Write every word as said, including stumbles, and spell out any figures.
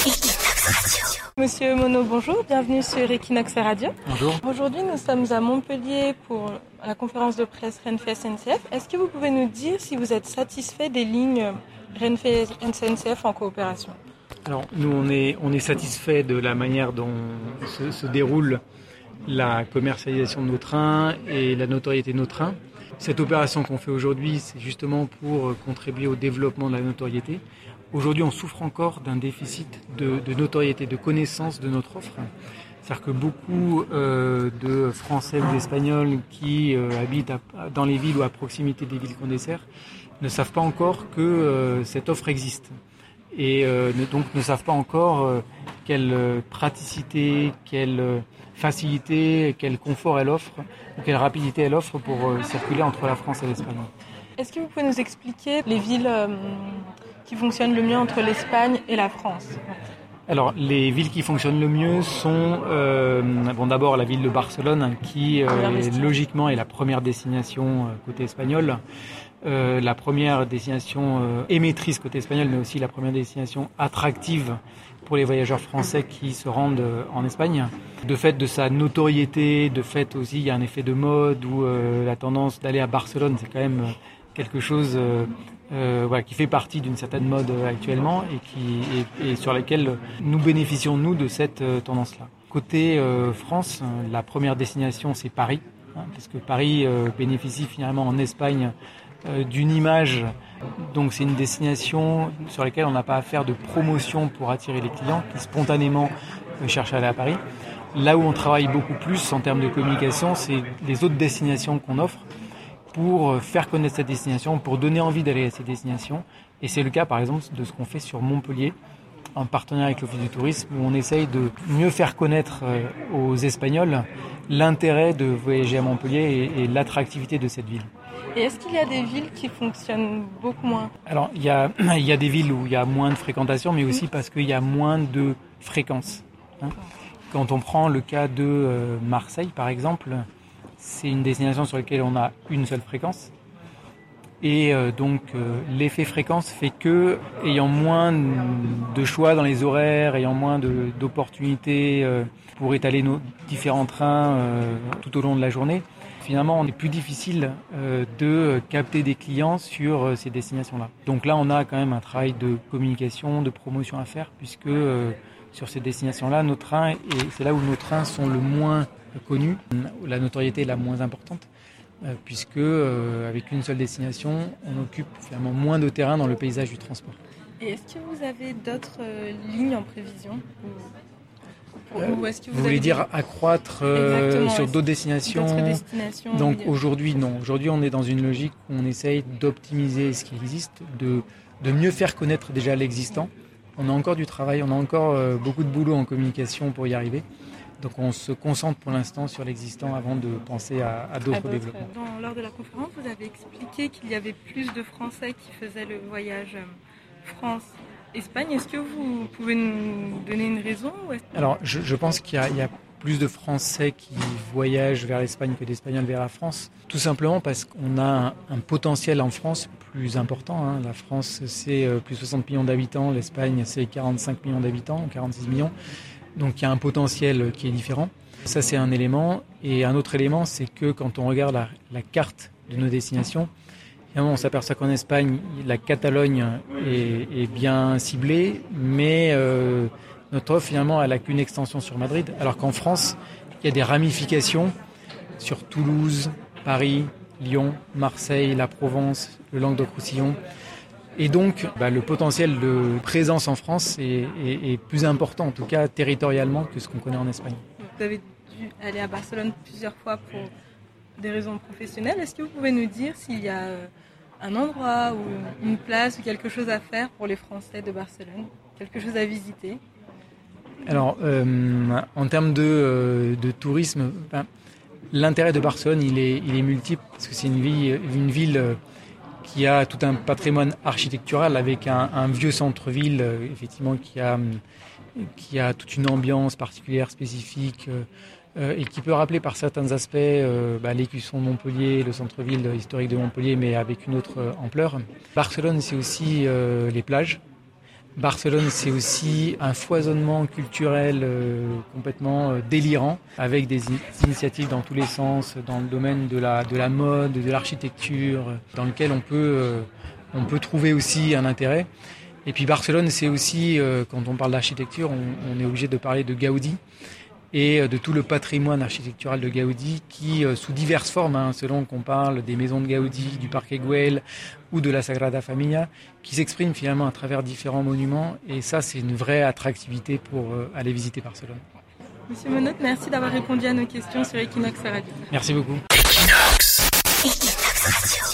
Equinox Radio. Monsieur Monod, bonjour, bienvenue sur Equinox Radio. Bonjour. Aujourd'hui, nous sommes à Montpellier pour la conférence de presse Renfe S N C F. Est-ce que vous pouvez nous dire si vous êtes satisfait des lignes Renfe S N C F en coopération ? Alors, nous, on est, on est satisfait de la manière dont se, se déroule la commercialisation de nos trains et la notoriété de nos trains. Cette opération qu'on fait aujourd'hui, c'est justement pour contribuer au développement de la notoriété. Aujourd'hui, on souffre encore d'un déficit de, de notoriété, de connaissance de notre offre. C'est-à-dire que beaucoup euh, de Français ou d'Espagnols qui euh, habitent à, dans les villes ou à proximité des villes qu'on dessert ne savent pas encore que euh, cette offre existe. Et euh, ne, donc ne savent pas encore euh, quelle euh, praticité, quelle euh, facilité, quel confort elle offre, ou quelle rapidité elle offre pour euh, circuler entre la France et l'Espagne. Est-ce que vous pouvez nous expliquer les villes euh, qui fonctionnent le mieux entre l'Espagne et la France ? Alors, les villes qui fonctionnent le mieux sont, euh, bon, d'abord la ville de Barcelone, qui euh, est, logiquement est la première destination euh, côté espagnol. Euh, la première destination euh, émettrice côté espagnol, mais aussi la première destination attractive pour les voyageurs français qui se rendent euh, en Espagne. De fait de sa notoriété, de fait aussi il y a un effet de mode où euh, la tendance d'aller à Barcelone, c'est quand même quelque chose euh, euh, voilà, qui fait partie d'une certaine mode euh, actuellement et, qui, et, et sur laquelle nous bénéficions nous de cette euh, tendance-là. Côté euh, France, la première destination c'est Paris, hein, parce que Paris euh, bénéficie finalement en Espagne Euh, d'une image, donc c'est une destination sur laquelle on n'a pas à faire de promotion pour attirer les clients qui spontanément euh, cherchent à aller à Paris. Là où on travaille beaucoup plus en termes de communication, c'est les autres destinations qu'on offre pour faire connaître cette destination, pour donner envie d'aller à ces destinations. Et c'est le cas par exemple de ce qu'on fait sur Montpellier, en partenariat avec l'Office du Tourisme, où on essaye de mieux faire connaître aux Espagnols l'intérêt de voyager à Montpellier et, et l'attractivité de cette ville. Et est-ce qu'il y a des villes qui fonctionnent beaucoup moins ? Alors, il y a, il y a des villes où il y a moins de fréquentation, mais aussi parce qu'il y a moins de fréquences. Hein. Quand on prend le cas de euh, Marseille, par exemple, c'est une destination sur laquelle on a une seule fréquence. Et euh, donc, euh, l'effet fréquence fait que, ayant moins de choix dans les horaires, ayant moins de, d'opportunités euh, pour étaler nos différents trains euh, tout au long de la journée, finalement, on est plus difficile euh, de capter des clients sur euh, ces destinations-là. Donc là, on a quand même un travail de communication, de promotion à faire, puisque euh, sur ces destinations-là, nos trains, et c'est là où nos trains sont le moins connus, où la notoriété est la moins importante, euh, puisque euh, avec une seule destination, on occupe finalement moins de terrain dans le paysage du transport. Et est-ce que vous avez d'autres euh, lignes en prévision ou... Ou est-ce que vous, vous voulez dire des... accroître euh, sur d'autres destinations, d'autres destinations Donc oui. aujourd'hui, non. Aujourd'hui, on est dans une logique où on essaye d'optimiser ce qui existe, de, de mieux faire connaître déjà l'existant. On a encore du travail, on a encore euh, beaucoup de boulot en communication pour y arriver. Donc on se concentre pour l'instant sur l'existant avant de penser à, à d'autres à développements. Dans, lors de la conférence, vous avez expliqué qu'il y avait plus de Français qui faisaient le voyage France Espagne, est-ce que vous pouvez nous donner une raison ou Alors, je, je pense qu'il y a, il y a plus de Français qui voyagent vers l'Espagne que d'Espagnols vers la France. Tout simplement parce qu'on a un, un potentiel en France plus important. Hein. La France, c'est plus de soixante millions d'habitants. L'Espagne, c'est quarante-cinq millions d'habitants, quarante-six millions. Donc, il y a un potentiel qui est différent. Ça, c'est un élément. Et un autre élément, c'est que quand on regarde la, la carte de nos destinations, on s'aperçoit qu'en Espagne, la Catalogne est, est bien ciblée, mais euh, notre offre, finalement, elle n'a qu'une extension sur Madrid, alors qu'en France, il y a des ramifications sur Toulouse, Paris, Lyon, Marseille, la Provence, le Languedoc-Roussillon. Et donc, bah, le potentiel de présence en France est, est, est plus important, en tout cas territorialement, que ce qu'on connaît en Espagne. Vous avez dû aller à Barcelone plusieurs fois pour des raisons professionnelles. Est-ce que vous pouvez nous dire s'il y a un endroit ou une place ou quelque chose à faire pour les Français de Barcelone, quelque chose à visiter ? Alors, euh, en termes de, euh, de tourisme, ben, l'intérêt de Barcelone, il est, il est multiple, parce que c'est une ville, une ville qui a tout un patrimoine architectural avec un, un vieux centre-ville, euh, effectivement, qui a, qui a toute une ambiance particulière, spécifique, euh, euh, et qui peut rappeler par certains aspects euh, bah, l'écusson de Montpellier, le centre-ville historique de Montpellier, mais avec une autre euh, ampleur. Barcelone, c'est aussi euh, les plages, Barcelone, c'est aussi un foisonnement culturel euh, complètement euh, délirant, avec des in- initiatives dans tous les sens, dans le domaine de la, de la mode, de l'architecture, dans lequel on peut, euh, on peut trouver aussi un intérêt. Et puis Barcelone, c'est aussi, euh, quand on parle d'architecture, on, on est obligé de parler de Gaudi et de tout le patrimoine architectural de Gaudi qui, euh, sous diverses formes, hein, selon qu'on parle des maisons de Gaudi, du Parc Güell ou de la Sagrada Familia, qui s'exprime finalement à travers différents monuments. Et ça, c'est une vraie attractivité pour euh, aller visiter Barcelone. Monsieur Monod, merci d'avoir répondu à nos questions sur Equinox Radio. Merci beaucoup. Equinox. Equinox Radio.